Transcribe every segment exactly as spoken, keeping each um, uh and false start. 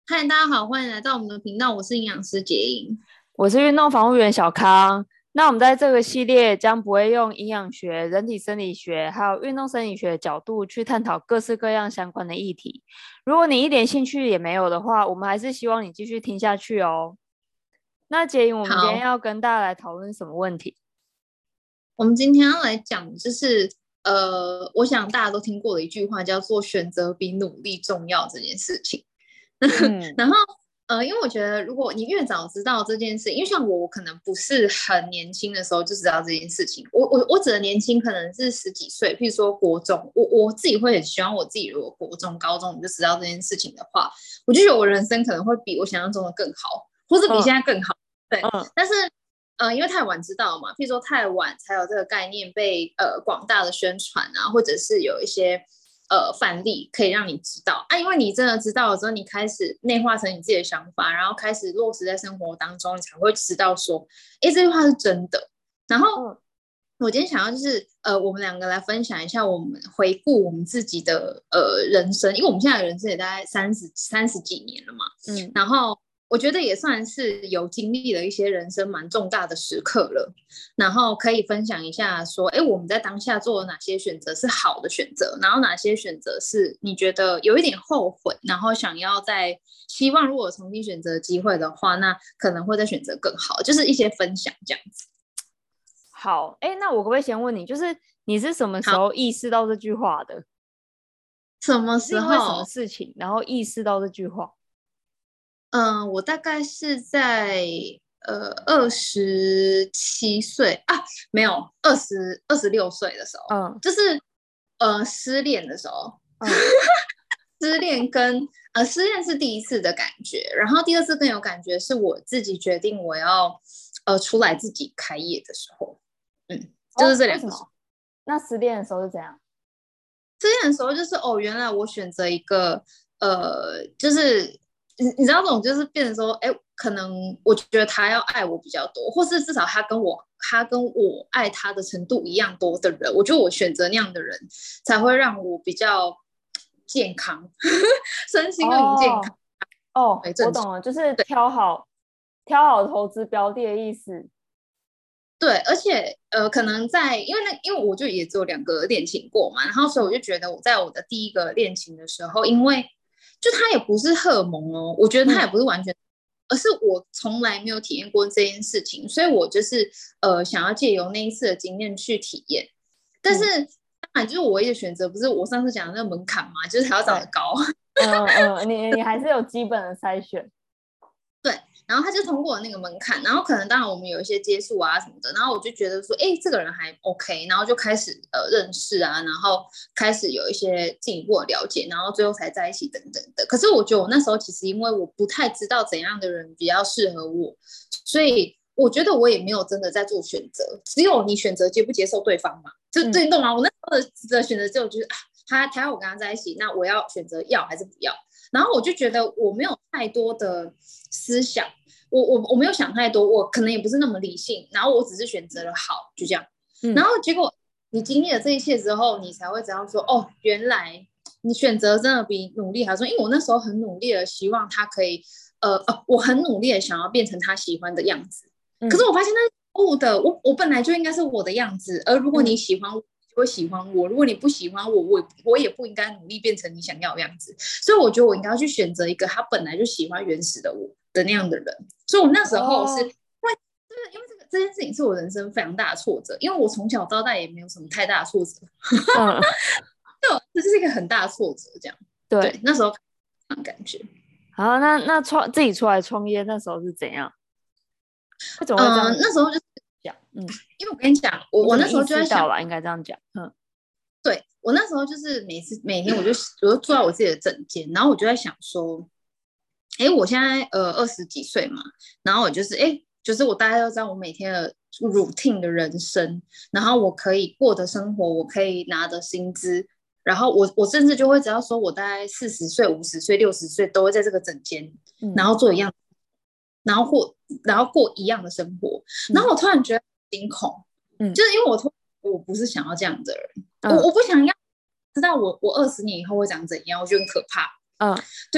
嗨，大家好，欢迎来到我们的频道，我是营养师杰莹。 我是运动防护员小康。那我们在这个系列将不会用营养学、人体生理学还有运动生理学的角度去探讨各式各样相关的议题。如果你一点兴趣也没有的话，我们还是希望你继续听下去哦。那杰颖，我们今天好， 要跟大家来讨论什么问题？ 我们今天要来讲，就是呃，我想大家都听过的一句话，叫做“选择比努力重要”这件事情。 嗯然后呃，因为我觉得，如果你越早知道这件事，因为像我，我可能不是很年轻的时候就知道这件事情。我我我指的年轻，可能是十几岁，譬如说国中，我我自己会很希望我自己如果国中、高中我就知道这件事情的话，我就觉得我人生可能会比我想象中的更好，或是比嗯现在更好。对， 嗯， 但是呃，因为太晚知道嘛，譬如说太晚才有这个概念被呃广大的宣传啊，或者是有一些呃范例可以让你知道啊，因为你真的知道了之后，你开始内化成你自己的想法，然后开始落实在生活当中，你才会知道说，哎，这句话是真的。然后嗯我今天想要就是呃，我们两个来分享一下我们回顾我们自己的呃人生，因为我们现在的人生也大概三十三十几年了嘛， 嗯， 然后我觉得也算是有经历了一些人生蛮重大的时刻了，然后可以分享一下说，哎，我们在当下做了哪些选择是好的选择，然后哪些选择是你觉得有一点后悔，然后想要在希望如果重新选择机会的话，那可能会再选择更好，就是一些分享这样子。 好，哎，那我可不可以先问你，就是你是什么时好， 候意识到这句话的？ 什么你是因为什么时候？ 事情，然后意识到这句话？ 嗯、呃我大概是在呃二十七岁啊，没有二十二十六岁的时候， 嗯就是呃失恋的时候。 嗯。 失恋跟呃失恋是第一次的感觉，然后第二次更有感觉是我自己决定我要呃出来自己开业的时候，嗯，就是哦， 这两个。 为什么？那失恋的时候是怎样？ 之前的时候就是哦，原来我选择一个呃，就是你你知道这种就是变成说，哎，可能我觉得他要爱我比较多，或是至少他跟我他跟我爱他的程度一样多的人，我觉得我选择那样的人才会让我比较健康，身心灵健康哦哦， 为正常。 我懂了，就是对挑好挑好投资标的的意思。 对，而且呃，可能在因为那因为我就也只有两个恋情过嘛，然后所以我就觉得我在我的第一个恋情的时候，因为就他也不是荷尔蒙哦，我觉得他也嗯不是完全，而是我从来没有体验过这件事情，所以我就是呃想要借由那一次的经验去体验，但是嗯， 当然就是我唯一的选择不是我上次讲的那个门槛嘛，就是还要长得对， 高， 嗯嗯，你你还是有基本的筛选。 对，然后他就通过了那个门槛，然后可能当然我们有一些接触啊什么的，然后我就觉得说，哎，这个人还 OK，然后就开始呃认识啊，然后开始有一些进一步的了解，然后最后才在一起等等的。可是我觉得我那时候其实因为我不太知道怎样的人比较适合我，所以我觉得我也没有真的在做选择，只有你选择接不接受对方嘛，就对嗯你懂吗？我那时候的的选择只有就是啊，他他要我跟他在一起，那我要选择要还是不要？然后我就觉得我没有太多的思想，我我我没有想太多，我可能也不是那么理性，然后我只是选择了好，就这样。然嗯， 后结果你经历了这一切之后，你才会知道说，哦，原来你选择真的比努力还重要。因为我那时候很努力的希望他可以，呃呃，我很努力的想要变成他喜欢的样子，可是嗯我发现那是错误的，我我本来就应该是我的样子，而如果你嗯， 喜欢我。就会喜欢我，如果你不喜欢我，我我也不应该努力变成你想要的样子。所以我觉得我应该要去选择一个他本来就喜欢原始的我的那样的人。所以我那时候是因为哦， 就是因为这个这件事情是我人生非常大的挫折，因为我从小到大也没有什么太大的挫折， 嗯， 这就是一个很大的挫折。这样对， 对。 那时候感觉， 好，那那创自己出来创业那时候是怎样？为什么会这嗯、呃样那时候就是讲？嗯， 因为我跟你讲，我我那时你怎么意候就在想， 识到了？应该这样讲。嗯对我那时候就是每次每天我就我就坐在我自己的枕间，然后我就在想说，哎，我现在呃二十几岁嘛，然后我就是哎，就是我大概都知道我每天的 routine 的人生，然后我可以过的生活，我可以拿的薪资，然后我我甚至就会只要说我大概四十岁、五十岁、六十岁都会在这个整间，然嗯后做一样，然后过然后过一样的生活，然嗯后我突然觉得惊恐， 嗯就是因为我突我不是想要这样的人，我嗯我不想要知道我我二十年以后会长怎样，我觉得很可怕。 嗯对，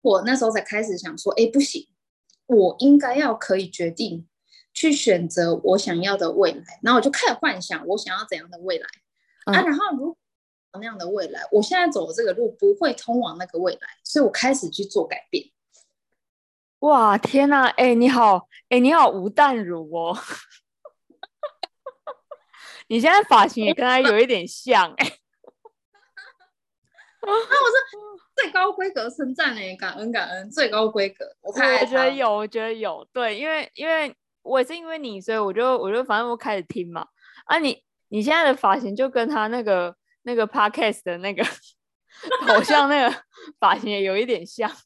我那时候才开始想说，哎，不行，我应该要可以决定去选择我想要的未来，然后我就开始幻想我想要怎样的未来、嗯、啊，然后如果那样的未来，我现在走的这个路不会通往那个未来，所以我开始去做改变。 哇，天哪，哎、欸，你好，哎、欸，你好吴淡如哦，你现在发型也跟他有一点像、欸，哎。 那我是最高规格称赞哎，感恩感恩，最高规格，我太爱他了。 我觉得有，我觉得有，对，因为因为我也是因为你，所以我就我就反正我开始听嘛。啊你，你你现在的发型就跟他那个那个 podcast 的那个头像那个发型也有一点像，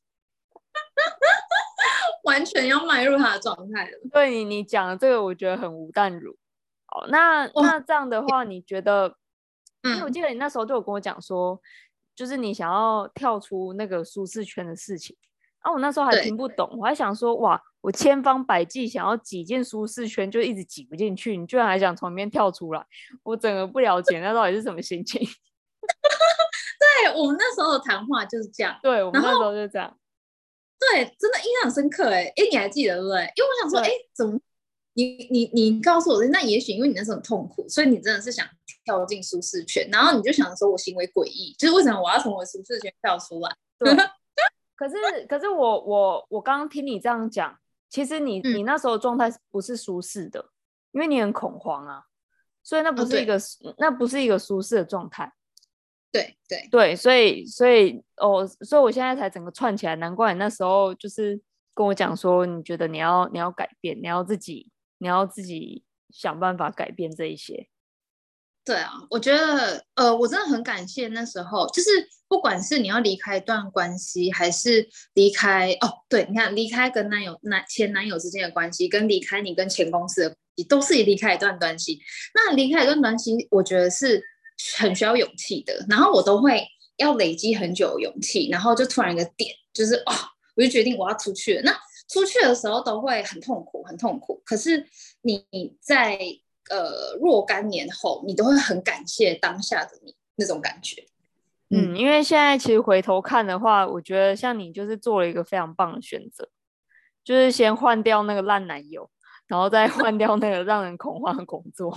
完全要迈入他的状态了。 对你你讲的这个，我觉得很吴淡如。好，那那这样的话，你觉得？因为我记得你那时候就有跟我讲说，就是你想要跳出那个舒适圈的事情。啊，我那时候还听不懂，我还想说，哇，我千方百计想要挤进舒适圈，就一直挤不进去，你居然还想从里面跳出来，我整个不了解那到底是什么心情。 对，我们那时候的谈话就是这样， 对，我们那时候就这样， 对，真的印象深刻哎，哎，你还记得对不对？因为我想说，哎，怎么你你你告诉我，那也许因为你那时候很痛苦，所以你真的是想跳进舒适圈，然后你就想说我行为诡异，就是为什么我要从我舒适圈跳出来？ 对。可是，可是我我我刚刚听你这样讲，其实你、嗯、你那时候的状态不是舒适的，因为你很恐慌啊，所以那不是一个、哦、那不是一个舒适的状态。 对对对，所以所以哦，所以我现在才整个串起来，难怪你那时候就是跟我讲说，你觉得你要你要改变，你要自己你要自己想办法改变这一些。 对啊，我觉得呃，我真的很感谢那时候，就是不管是你要离开一段关系，还是离开哦，对，你看离开跟男友、男前男友之间的关系，跟离开你跟前公司的关系，都是离开一段关系。那离开一段关系，我觉得是很需要勇气的。然后我都会要累积很久的勇气，然后就突然一个点，就是哦，我就决定我要出去了。那出去的时候都会很痛苦，很痛苦。可是你在呃，若干年后，你都会很感谢当下的你那种感觉。 嗯，因为现在其实回头看的话，我觉得像你就是做了一个非常棒的选择，就是先换掉那个烂男友，然后再换掉那个让人恐慌的工作。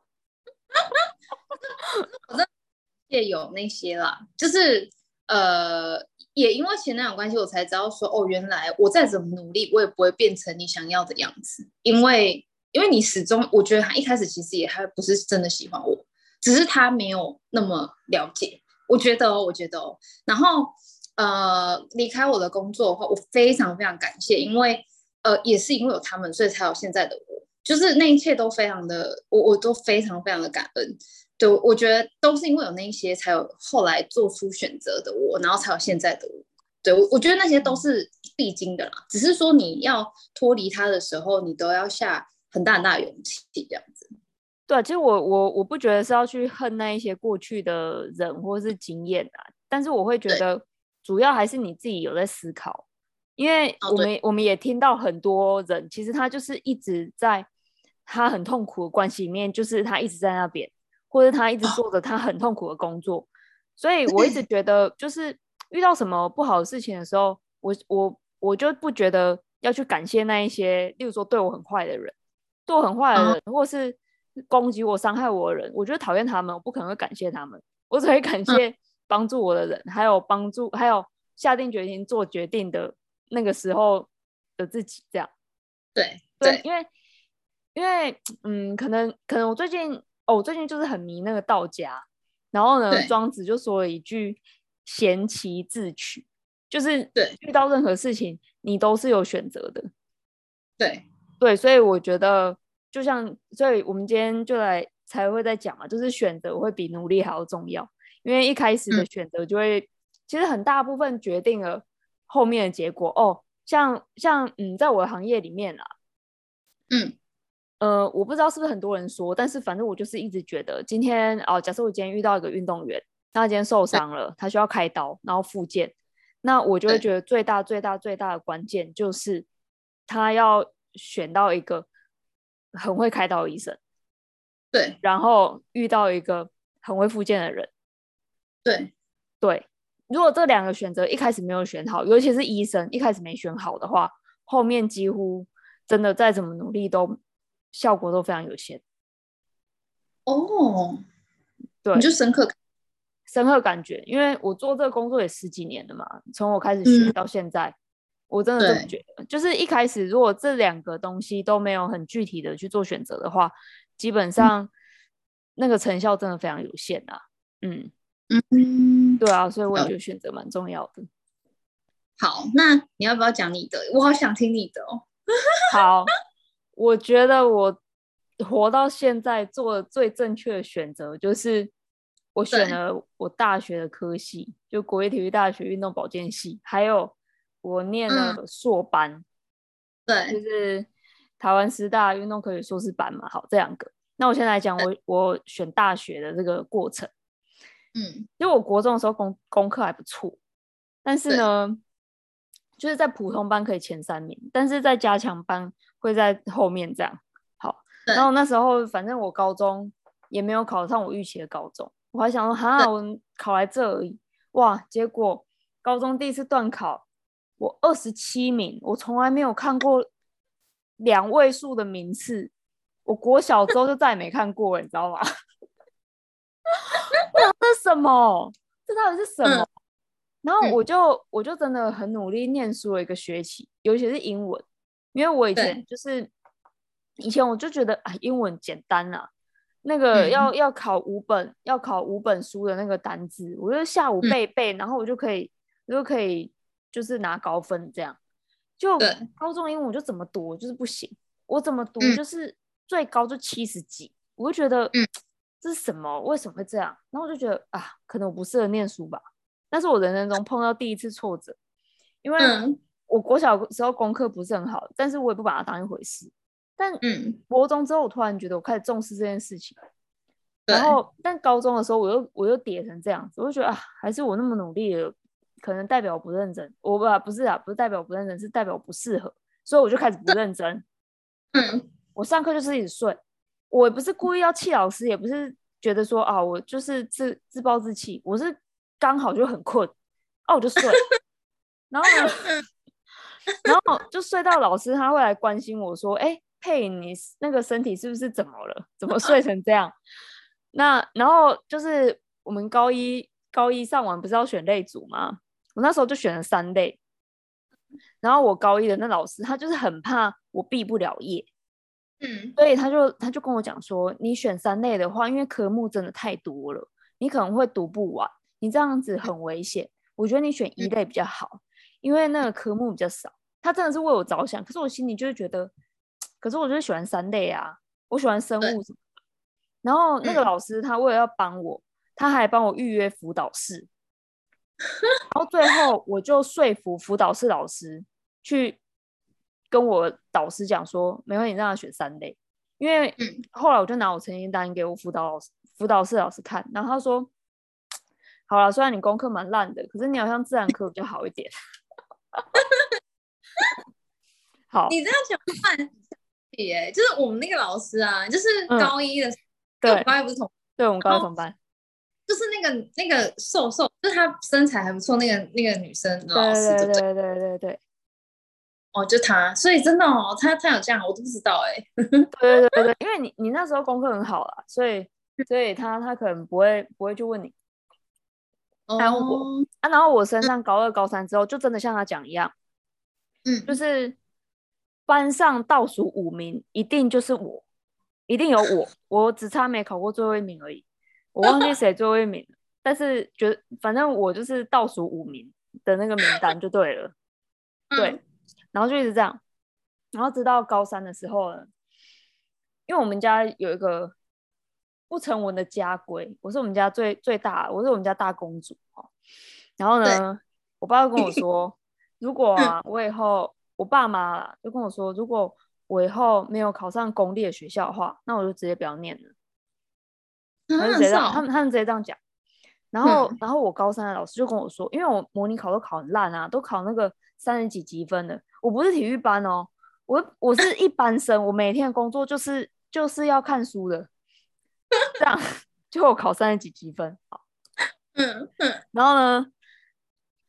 我真的也有那些啦，就是呃，也因为前男友关系，我才知道说，哦，原来我再怎么努力，我也不会变成你想要的样子，因为。因为你始终，我觉得他一开始其实也还不是真的喜欢我，只是他没有那么了解。我觉得、哦，我觉得、哦，然后呃，离开我的工作的话，我非常非常感谢，因为呃，也是因为有他们，所以才有现在的我。就是那一切都非常的，我我都非常非常的感恩。对，我觉得都是因为有那一些，才有后来做出选择的我，然后才有现在的我。对，我我觉得那些都是必经的啦，只是说你要脱离他的时候，你都要下很大很大的勇气，这样子。 对，其实我我我不觉得是要去恨那一些过去的人或是经验啊，但是我会觉得主要还是你自己有在思考，因为我们、哦、我们也听到很多人，其实他就是一直在他很痛苦的关系里面，就是他一直在那边，或者他一直做着他很痛苦的工作，所以我一直觉得就是遇到什么不好的事情的时候，我我我就不觉得要去感谢那一些，例如说对我很坏的人。对我很坏的人，或是攻击我、伤害我的人，我觉得讨厌他们，我不可能会感谢他们，我只会感谢帮助我的人，还有帮助，还有下定决心做决定的那个时候的自己，这样。 对对，因为因为嗯，可能可能我最近哦，我最近就是很迷那个道家，然后呢，庄子就说了一句“贤其自取”，就是遇到任何事情你都是有选择的。 对。 对，所以我觉得，就像，所以我们今天就来才会在讲嘛，就是选择会比努力还要重要，因为一开始的选择就会，嗯、其实很大部分决定了后面的结果。哦，像像嗯，在我的行业里面啊， 嗯， 呃，我不知道是不是很多人说，但是反正我就是一直觉得，今天哦，假设我今天遇到一个运动员，他今天受伤了，他需要开刀，然后复健，那我就会觉得最大最大最大的关键就是他要。选到一个很会开刀的医生， 对， 然后遇到一个很会复健的人， 对对， 如果这两个选择一开始没有选好，尤其是医生一开始没选好的话，后面几乎真的再怎么努力都效果都非常有限。 哦， 对， 你就深刻深刻感觉，因为我做这个工作也十几年了嘛，从我开始学嗯， 到现在，我真的这么对， 觉得。就是一开始如果这两个东西都没有很具体的去做选择的话，基本嗯上那个成效真的非常有限啊。嗯， 嗯， 对啊，所以我也了觉得选择蛮重要的。 好，那你要不要讲你的？我好想听你的哦。 好，我觉得我活到现在做的最正确的选择就是我选对了我大学的科系，就国立体育大学运动保健系，还有我念嗯， 了硕班，就对是台湾师大运动科学硕士班嘛。好，这两个。那我先来讲我我选大学的这个过程。 嗯， 因为我国中的时候功功课还不错，但是对呢，就是在普通班可以前三名，但是在加强班会在后面这样。好，然对后那时候反正我高中也没有考上我预期的高中，我还想说哈， 对， 我考来这而已，哇，结果高中第一次段考我二十七名，我从来没有看过两位数的名次，我国小之后就再也没看过了，你知道吗？我想这是什么？这到底是什么？ 嗯然后我嗯， 就我就真的很努力念书了一个学期，尤其是英文，因为我以前对， 就是以前我就觉得啊，英文简单啊，那个要嗯要考五本要考五本书的那个单字，我就下午嗯， 背背，然后我就可以我就可以就是拿高分这样。就对， 高中英文我就怎么读我就是不行，我怎么读嗯就是最高就七十几，我就觉得嗯这是什么？为什么会这样？然后我就觉得啊，可能我不适合念书吧。那是我人生中碰到第一次挫折，因为嗯我国小的时候功课不是很好，但是我也不把它当一回事。但嗯， 国中之后，我突然觉得我开始重视这件事情。然对， 后，但高中的时候，我又我又跌成这样子，我就觉得啊，还是我那么努力了，可能代表我不认真。我不不是啊，不是代表我不认真，是代表我不适合，所以我就开始不认真。 嗯我上课就是一直睡，我也不是故意要气老师，也不是觉得说啊，我就是自自暴自弃，我是刚好就很困，啊，我就睡。然后呢，然后就睡到老师他会来关心我说，哎，佩，你那个身体是不是怎么了？怎么睡成这样？那然后就是我们高一高一上完不是要选类组吗？我那时候就选了三类，然后我高一的那老师他就是很怕我毕不了业， 嗯所以他就他就跟我讲说，你选三类的话，因为科目真的太多了，你可能会读不完，你这样子很危险。我觉得你选一类比较好，因为那个科目比较少。他真的是为我着想，可是我心里就是觉得，可是我就是喜欢三类啊，我喜欢生对， 物什么的。然后那个嗯老师他为了要帮我，他还帮我预约辅导室，然后最后我就说服辅导室老师去跟我导师讲说，没关系，让他选三类。因为嗯， 后来我就拿我成绩单给我辅导老师、辅导室老师看，然后他说：“好了，虽然你功课蛮烂的，可是你好像自然科比较好一点。好， 你这样讲蛮耶，就是我们那个老师啊，就是嗯， 高一的，因为我们对， 高一不是同， 对，我们高然后一同班， 就是那个那个瘦瘦，就是她身材还不错，那个那个女生的对老师，对不对？ 对对对对对哦，就她，所以真的哦，她她有这样，我都不知道哎。 对对对对，因为你你那时候功课很好啦，所以所以他他可能不会不会去问你，他问我哦， 啊，然后我升上高二高三之后，就真的像他讲一样。就嗯， 是班上倒数五名，一定就是我，一定有我，我只差没考过最后一名而已。我忘记谁最后一名了，但是觉得反正我就是倒数五名的那个名单就对了。 嗯对，然后就一直这样，然后直到高三的时候呢，因为我们家有一个不成文的家规，我是我们家最最大，我是我们家大公主哦。然后对， 呢，我爸就跟我说，如果嗯啊，我以后我爸妈就跟我说，如果我以后没有考上公立的学校的话，那我就直接不要念了。他就直啊， 接这样，他是哦， 们他们直接这样讲。然后， 嗯然后我高三的老师就跟我说，因为我模拟考都考很烂啊，都考那个三十几积分的。我不是体育班哦，我我是一般生，我每天的工作就是就是要看书的，这样就我考三十几积分。好， 嗯嗯然后呢，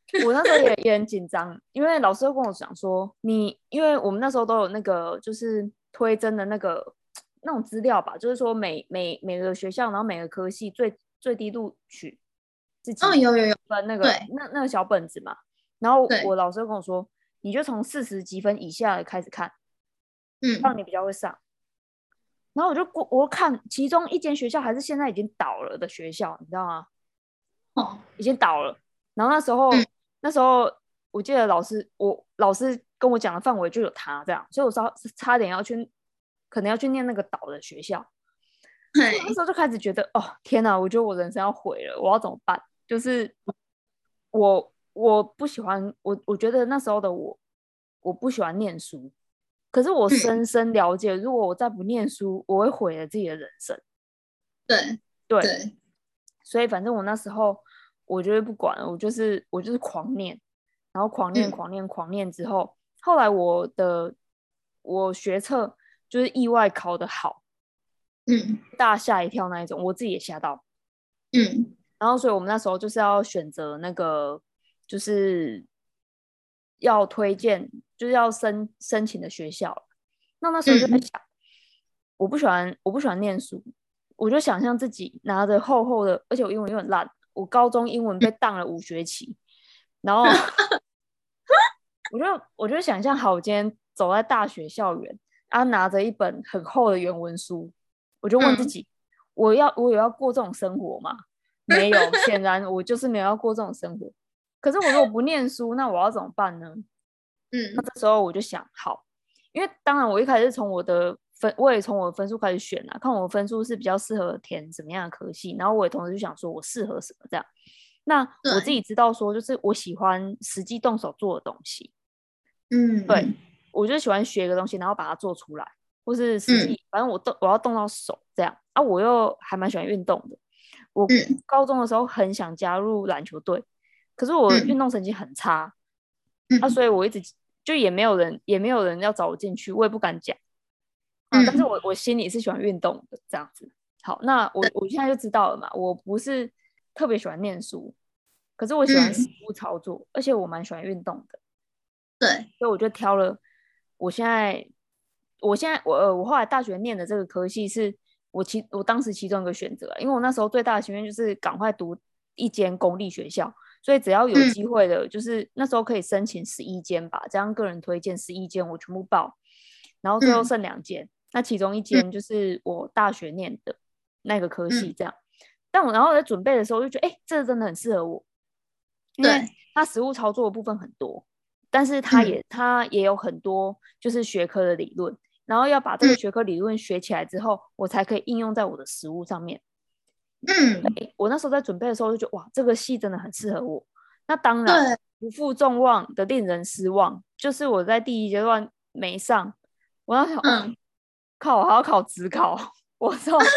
我那时候也也很紧张，因为老师会跟我讲说，你因为我们那时候都有那个就是推甄的那个那种资料吧，就是说每每每个学校，然后每个科系最最低录取自哦， 己有有有， 分那个对那那个小本子嘛，然后对， 我老师会跟我说，你就从四十几分以下的开始看，让嗯， 你比较会上。然后我就过我看其中一间学校还是现在已经倒了的学校，你知道吗？ 哦， 已经倒了。然后那时嗯， 候那时候我记得老师我老师跟我讲的范围就有他这样，所以我差差点要去，可能要去念那个倒的学校。所以我那嘿， 时候就开始觉得，哦天哪，我觉得我人生要毁了，我要怎么办？就是我我不喜欢我，我觉得那时候的我，我不喜欢念书。可是我嗯， 深深了解，如果我再不念书，我会毁了自己的人生。 对对， 对， 所以反正我那时候我就是不管了，我就是我就是狂念，然后狂念嗯狂念狂念之后，后来我的我学测就是意外考得好， 嗯大吓一跳那一种，我自己也吓到。 嗯然后所以我们那时候就是要选择那个就是要推荐就是要申申请的学校。那那时候就在嗯， 想，我不喜欢我不喜欢念书，我就想象自己拿着厚厚的，而且我英文又很烂，我高中英文被当了五学期，然后我就我就想象好，我今天走在大学校园，啊，拿着一本很厚的原文书，我就问自嗯己，我要我有要过这种生活吗？没有，显然我就是没有要过这种生活。可是我如果不念书，那我要怎么办呢？那嗯这时候我就想，好，因为当然我一开始从我的分，我也从我的分数开始选啊，看我的分数是比较适合填什么样的科系，然后我也同时就想说我适合什么这样。那我自对， 己知道说，就是我喜欢实际动手做的东西，对， 嗯嗯我就喜欢学一个东西，然后把它做出来，或是实嗯际，反正我动我要动到手这样啊。我又还蛮喜欢运动的，我嗯高中的时候很想加入篮球队，可是我运嗯动成绩很差啊，所嗯以我一直就也没有人也没有人要找我进去，我也不敢讲啊。但是嗯， 我我心里是喜欢运动的这样子。好，那我对， 我现在就知道了嘛，我不是特别喜欢念书，可是我喜欢实嗯物操作，而且我蛮喜欢运动的。 对， 所以我就挑了我现在，我现在我呃我后来大学念的这个科系是我其我当时其中一个选择，因为我那时候最大的心愿就是赶快读一间公立学校，所以只要有嗯机会的，就是那时候可以申请十一间吧，这样个人推荐十一间我全部报，然后最后嗯剩两间，那其中一嗯间就是我大学念的那个科系嗯， 这样。但我然后在准备的时候就觉得，哎、欸，这个真的很适合我，因为对， 它实物操作的部分很多，但是它嗯也它也有很多就是学科的理论，然后要把这个嗯学科理论学起来之后，我才可以应用在我的实物上面。 嗯， 我那时候在准备的时候就觉得，哇，这个系真的很适合我。那当然对， 不负众望的令人失望，就是我在第一阶段没上，我要想，哦， 嗯靠，我还要考职考，我操！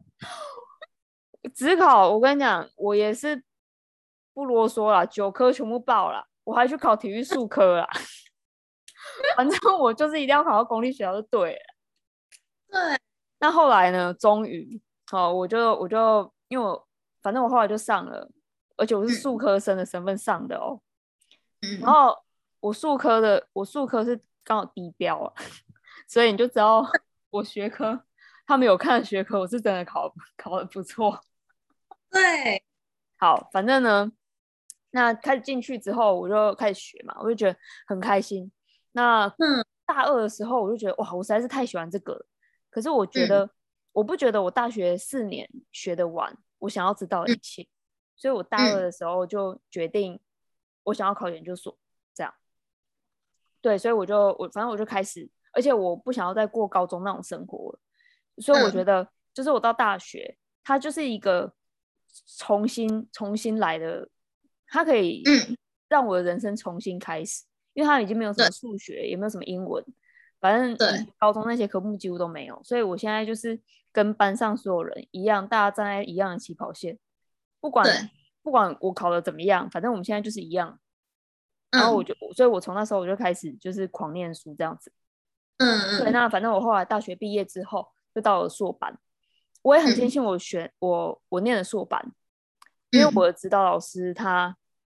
职考，我跟你讲，我也是不啰嗦啦，九科全部报了，我还去考体育数科啦。反正我就是一定要考到公立学校就对了。 对， 那后来呢？终于，哦，我就我就因为我反正我后来就上了，而且我是数嗯科生的身份上的哦。然嗯， 后我数科的，我数科是刚好低标啊，所以你就知道我学科他们有看的学科，我是真的考考的不错。 对， 好，反正呢，那开始进去之后，我就开始学嘛，我就觉得很开心。那嗯大二的时候，我就觉得哇，我实在是太喜欢这个了。可是我觉嗯得，我不觉得我大学四年学得完我想要知道的嗯一切，所以我大二嗯的时候就决定，我想要考研究所，这样。对，所以我就我反正我就开始，而且我不想要再过高中那种生活了，所以我觉嗯得，就是我到大学，它就是一个重新重新来的，它可以嗯， 让我的人生重新开始，因为它已经没有什对么数学，也没有什么英文，反正以对， 前高中那些科目几乎都没有，所以我现在就是跟班上所有人一样，大家站在一样的起跑线，不管对， 不管我考的怎么样，反正我们现在就是一样。然后我嗯就，所以我从那时候我就开始就是狂念书这样子。对， 嗯嗯那反正我后来大学毕业之后就到了硕班，我也很庆嗯幸我选我我念了硕班，因为我嗯的指导老师他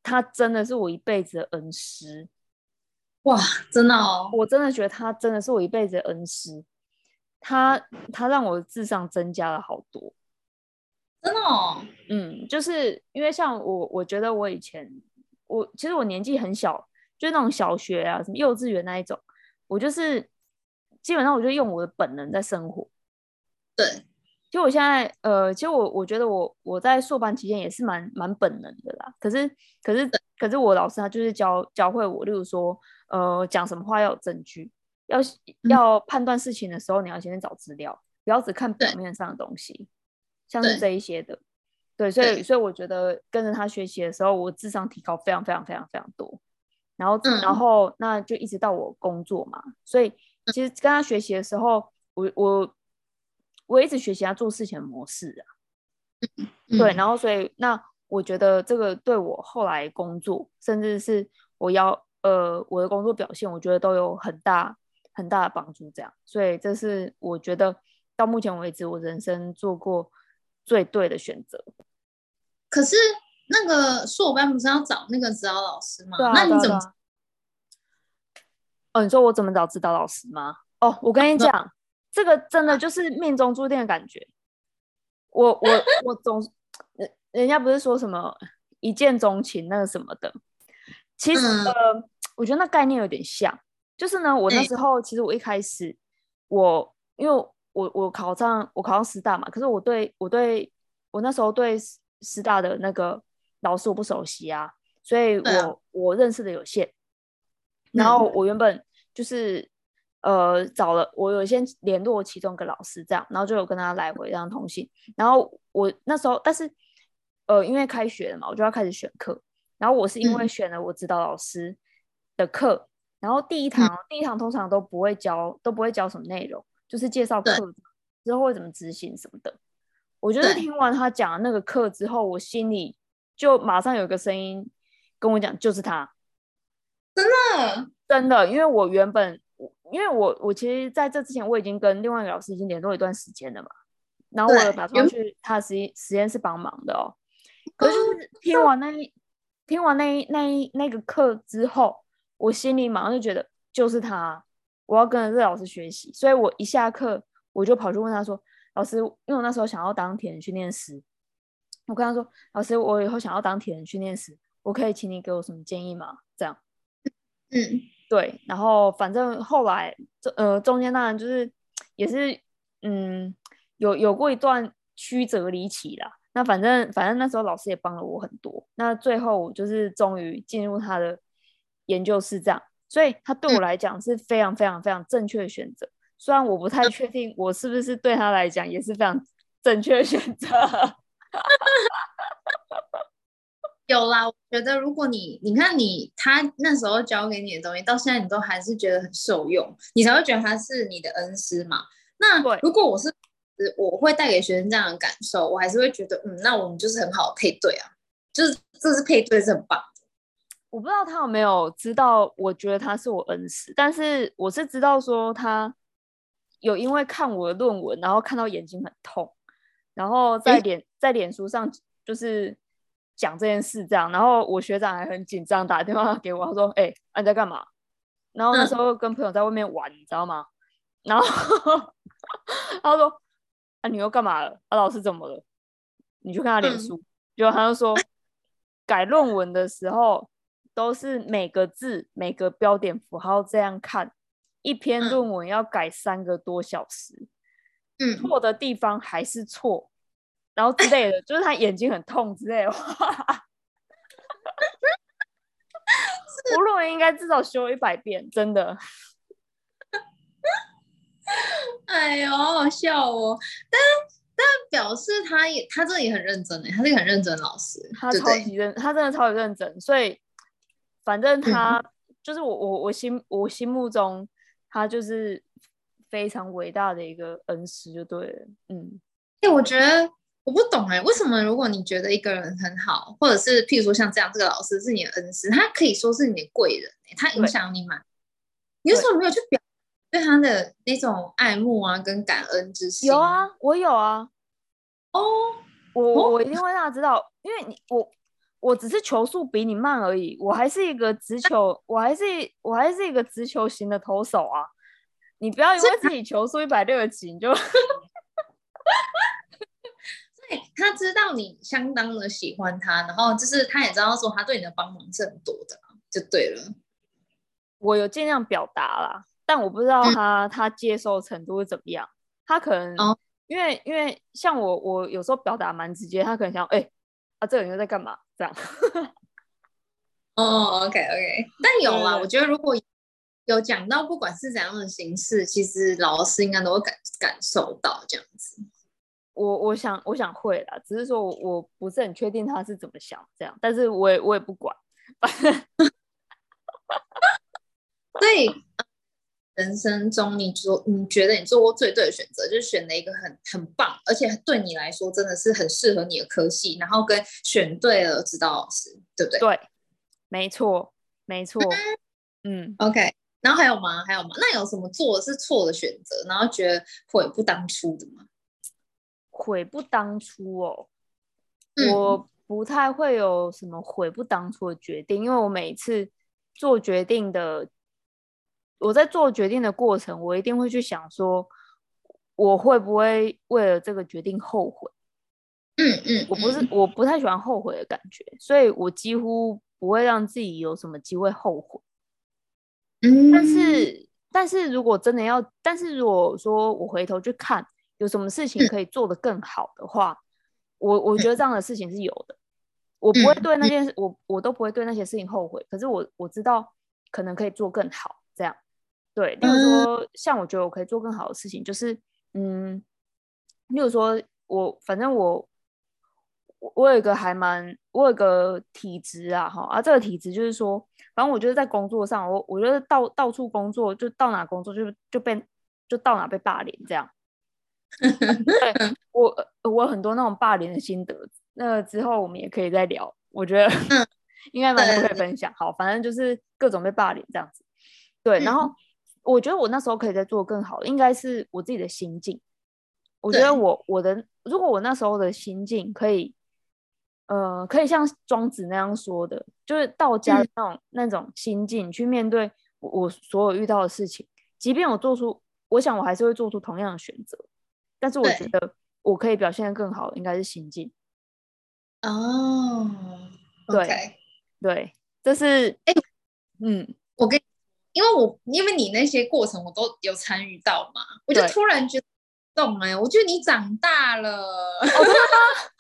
他真的是我一辈子的恩师。 哇，真的哦， 我真的觉得他真的是我一辈子的恩师。他他让我的智商增加了好多。 真的哦， 嗯，就是因为像我，我觉得我以前，我其实我年纪很小，就是那种小学啊，什么幼稚园那一种，我就是基本上我就用我的本能在生活。 对， 其实我现在，呃，其实我我觉得我我在硕班期间也是蛮蛮本能的啦。可是可是可是我老师他就是教教会我，例如说，呃，讲什么话要有证据，要嗯， 要判断事情的时候，你要先去找资料，不要只看表对面上的东西，像是这对一些的。对，所以对， 所以我觉得跟着他学习的时候，我智商提高非常非常非常非常多。然后然嗯后那就一直到我工作嘛，所以其实跟他学习的时候，我我我一直学习他做事情的模式啊。对，然嗯， 后所以那我觉得这个对我后来工作，甚至是我要呃我的工作表现，我觉得都有很大很大的帮助。这样，所以这是我觉得到目前为止我人生做过最对的选择。 可是那个硕班不是要找那个指导老师吗？ 对啊， 那你怎么？ 对啊，对啊。哦，你说我怎么找指导老师吗？哦，我跟你讲，这个真的就是命中注定的感觉。我我我总人人家不是说什么一见钟情那个什么的，其实嗯， 呃，我觉得那概念有点像。就是呢，我那哎， 时候其实我一开始我因为我我考上我考上师大嘛，可是我对我对我那时候对师师大的那个老师我不熟悉啊，所以对啊， 我我认识的有限。然后嗯我原本就是呃找了我有先联络其中一个老师这样，然后就有跟他来回这样通信。然后我那时候但是呃因为开学了嘛，我就要开始选课。然后我是因为嗯选了我指导老师的课，然后第一嗯， 堂第一堂通常都不会教都不会教什么内容，就是介绍对课之后会怎么执行什么的。我就是对， 听完他讲的那个课之后，我心里就马上有一个声音跟我讲，就是他。 嗯真的，因为我原本，因为我我其实在这之前我已经跟另外一个老师已经联络一段时间了嘛，然后我有对，原打算去他的实验实验室帮忙的哦。可是就哦， 是听完那一听完那一那一那个课之后，我心里马上就觉得就是他，我要跟着这个老师学习。所以我一下课我就跑去问他说：“老师，因为我那时候想要当铁人训练师，我跟他说：老师，我以后想要当铁人训练师，我可以请你给我什么建议吗？”这样。 嗯， 对，然后反正后来这呃中间当然就是也是嗯有有过一段曲折离奇啦。那反正反正那时候老师也帮了我很多。那最后我就是终于进入他的研究室这样，所以他对我来讲是非常非常非常正确的选择。虽然我不太确定我是不是对他来讲也是非常正确的选择。 有啦。我觉得如果你你看你他那时候教给你的东西，到现在你都还是觉得很受用，你才会觉得他是你的恩师嘛。那对， 如果我是我会带给学生这样的感受，我还是会觉得，嗯，那我们就是很好的配对啊，就是这是配对是很棒。 我不知道他有没有知道，我觉得他是我恩师，但是我是知道说他有因为看我的论文，然后看到眼睛很痛，然后在诶， 脸在脸书上就是讲这件事这样。然后我学长还很紧张打电话给我，他说：“哎、欸啊，你在干嘛？”然后那时嗯候跟朋友在外面玩，你知道吗？然后他说：“啊，你又干嘛了？啊，老师怎么了？”你去看他脸嗯书，结果他就说，改论文的时候都是每个字每个标点符号这样看，一篇嗯论文要改三个多小时， 嗯， 错的地方还是错，然后之类的，就是他眼睛很痛之类的话。我论文应该至少修一百遍，真的。 哎呦，好好笑哦。但但表示他也他真的也很认真诶，他是一个很认真的老师， 他对不对？ 超级认，他真的超级认真，所以反正嗯， 他就是我我我心我心目中他就是非常伟大的一个恩师，就对了。嗯， 哎，我觉得我不懂哎，为什么如果你觉得一个人很好，或者是譬如说像这样，这个老师是你的恩师，他可以说是你的贵人欸，他影对响你蛮，你为什对， 么没有去表对他的那种爱慕啊，跟感恩之心？ 有啊，我有啊， 哦我我哦， 我一定会让他知道，因为你我我只是球速比你慢而已，我还是一个直球，我还是我还是一个直球型的投手啊！你不要因为自己球速一百六十几，你就对，他知道你相当的喜欢他，然后就是他也知道说他对你的帮忙是很多的，就对了。 我有尽量表达啦，但我不知道嗯， 他他接受程度是怎么样。他可能哦因为因为像我我有时候表达蛮直接，他可能想哎、欸、啊这个人又在干嘛这样。 哦，OK OK，但有啦，我对对对， 觉得如果有讲到不管是怎样的形式，其实老师应该都会感感受到这样子。 我我想我想会啦，只是说我我不是很确定他是怎么想这样，但是我也我也不管。 所以人生中你做你觉得你做过最对的选择，就是选了一个很很棒，而且对你来说真的是很适合你的科系，然后跟选对了指导老师，对不对？ 对，没错没错，嗯， OK，然后还有吗？还有吗？那有什么做的是错的选择，然后觉得悔不当初的吗？ 悔不当初哦。 嗯我不太会有什么悔不当初的决定，因为我每次做决定的，我在做决定的过程，我一定会去想说，我会不会为了这个决定后悔？ 嗯嗯我不是， 嗯我不太喜欢后悔的感觉，所以我几乎不会让自己有什么机会后悔。但嗯是，但是如果真的要，但是如果说我回头去看有什么事情嗯可以做得更好的话，我我觉得这样的事情是有的。我不会嗯嗯对那件事，我我都不会对那些事情后悔。可是我我知道可能可以做更好，这样对。例如嗯说，像我觉得我可以做更好的事情，就是嗯，例如说我反正我我我有一个还蛮我有一个体质啊哈啊，这个体质就是说，反正我就是在工作上，我我觉得到到处工作就到哪工作就就被就到哪被霸凌这样。对我我有很多那种霸凌的心得，那之后我们也可以再聊，我觉得嗯， 应该蛮多可以对对， 分享。好，反正就是各种被霸凌这样子。对，然后嗯我觉得我那时候可以再做更好的，应该是我自己的心境。我觉得对， 我我的如果我那时候的心境可以，呃，可以像庄子那样说的，就是道家的嗯那种那种心境去面对我我所有遇到的事情，即便我做出，我想我还是会做出同样的选择，但是我觉对， 得我可以表现得更好，应该是心境。 哦对 ，OK， 对，这是哎， 嗯， 我跟因为我因为你那些过程我都有参与到嘛，我就对。 突然觉得动哎、我觉得你长大了， 哦，真的吗？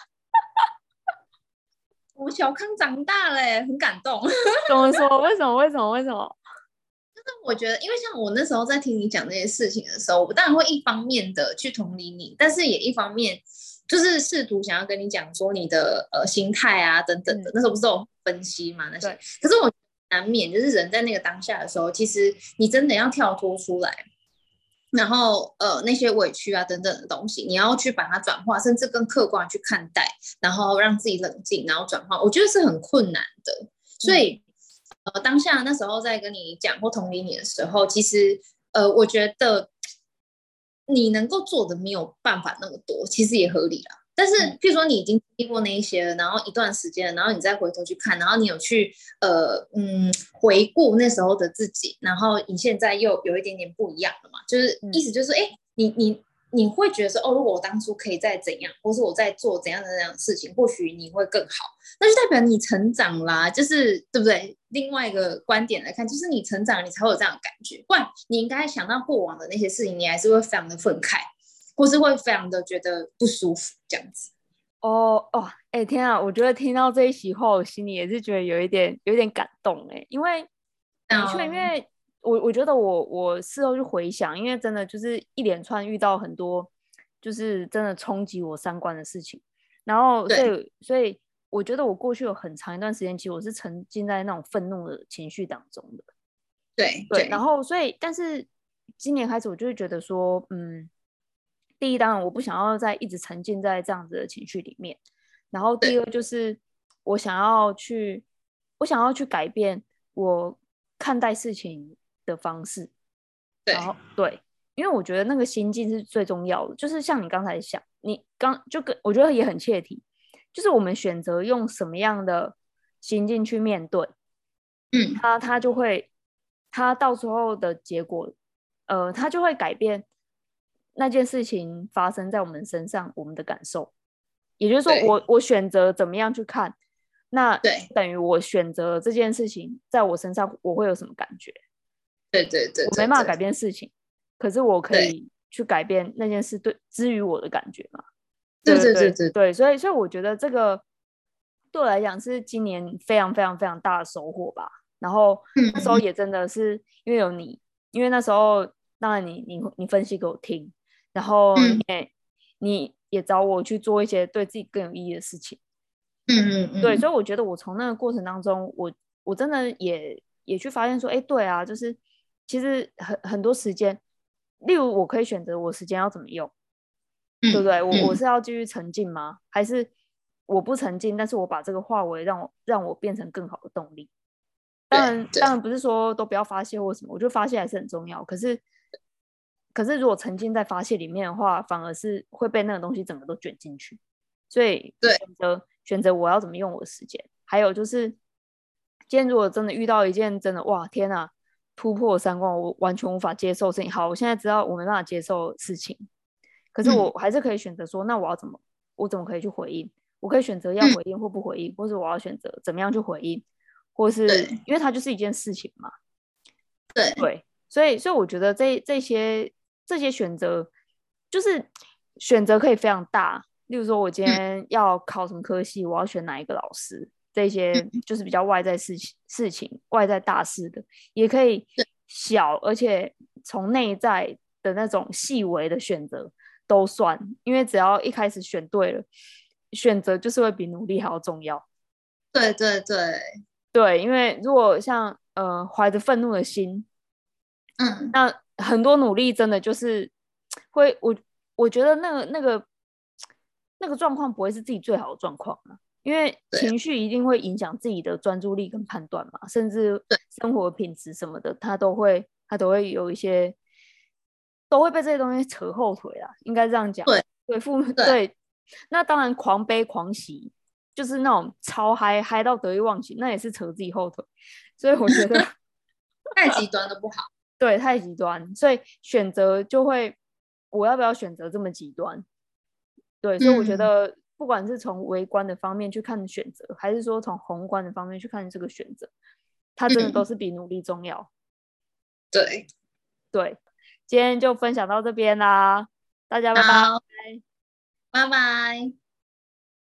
我小康长大了、欸，很感动。 怎么说？为什么？为什么？为什么？ 我觉得，因为像我那时候在听你讲这些事情的时候，我当然会一方面的去同理你，但是也一方面就是试图想要跟你讲说你的呃心态啊等等的。 嗯， 那时候不是有分析嘛那些， 对， 可是我难免就是人在那个当下的时候，其实你真的要跳脱出来，然后呃那些委屈啊等等的东西，你要去把它转化，甚至更客观去看待，然后让自己冷静，然后转化，我觉得是很困难的。所嗯以呃当下那时候在跟你讲或同理你的时候，其实呃我觉得你能够做的没有办法那么多，其实也合理啦。但是， 嗯譬如说你已经经历过那一些了，然后一段时间了，然后你再回头去看，然后你有去呃嗯回顾那时候的自己，然后你现在又有一点点不一样了嘛，就是意嗯， 思就是，哎，你你你会觉得说，哦，如果我当初可以再怎样，或是我在做怎样的那样的事情，或许你会更好。那就代表你成长啦，就是对不对？另外一个观点来看，就是你成长，你才会有这样的感觉，不然你应该想到过往的那些事情，你还是会非常的愤慨，或是会非常的觉得不舒服这样子。 哦哦，哎、天啊！我觉得听到这一席话，我心里也是觉得有一点有一点感动哎，因为的确，因嗯， 为我我觉得我我事后去回想，因为真的就是一连串遇到很多就是真的冲击我三观的事情，然后所对以所以我觉得我过去有很长一段时间，其实我是沉浸在那种愤怒的情绪当中的。对，然对对后所以，但是今年开始，我就会觉得说，嗯，第一，当然我不想要再一直沉浸在这样子的情绪里面，然后第对二就是我想要去，我想要去改变我看待事情的方式，然对， 后对，因为我觉得那个心境是最重要的，就是像你刚才想，你刚就跟我觉得也很切题，就是我们选择用什么样的心境去面对， 嗯， 他他就会，他到时候的结果，呃，他就会改变那件事情发生在我们身上，我们的感受。也就是说对我我选择怎么样去看，那对等于我选择这件事情在我身上我会有什么感觉？ 对对对我没对办法改对变事情，可是我可对以去改变那件事对之于我的感觉嘛。 对对对对对对， 对，所以所以我觉得这个对我来讲是今年非常非常非常大的收获吧。然后嗯嗯那时候也真的是因为有你，因为那时候当然你你你分析给我听，然后你嗯也你也找我去做一些对自己更有意义的事情。 嗯嗯对，所以嗯， 我觉得我从那个过程当中，我我真的也也去发现说，哎，对啊，就是其实很很多时间，例如我可以选择我时间要怎么用，对不对？我我嗯是要继续沉浸吗？还是我不沉浸，但是我把这个化为让我让我变成更好的动力？当对然， 对当然不是说都不要发泄或什么，我觉得发泄还是很重要。可是，可是如果沉浸在发泄里面的话，反而是会被那个东西整个都卷进去。所以对， 选择选择我要怎么用我的时间，还有就是今天如果真的遇到一件真的哇天啊突破三观，我完全无法接受的事情，好，我现在知道我没办法接受的事情，可是我嗯还是可以选择说，那我要怎么，我怎么可以去回应？我可以选择要嗯回应或不回应，或者我要选择怎么样去回应，或是对因为它就是一件事情嘛。 对， 对，所以所以我觉得这这些这些选择，就是选择可以非常大。例如说，我今嗯天要考什么科系，我要选哪一个老师，这些嗯就是比较外在事情事情、外在大事的，也可以对小，而且从内在的那种细微的选择都算，因为只要一开始选对了，选择就是会比努力还要重要。 对对对， 对，因为如果像呃怀着愤怒的心， 嗯那很多努力真的就是会，我我觉得那个那个那个状况不会是自己最好的状况嘛，因为对情绪一定会影响自己的专注力跟判断嘛，甚至对生活品质什么的，它都会它都会有一些都会被这些东西扯后腿啦，应该这样讲。 对对，负对， 对，那当然狂悲狂喜，就是那种超嗨嗨到得意忘形，那也是扯自己后腿。所以我觉得太极端都不好。 对，太极端，所以选择就会，我要不要选择这么极端？对，所以我觉嗯得，不管是从微观的方面去看选择，还是说从宏观的方面去看这个选择，它真的都嗯， 是比努力重要。 对， 对，今天就分享到这边啦，大家拜拜。 好，拜拜。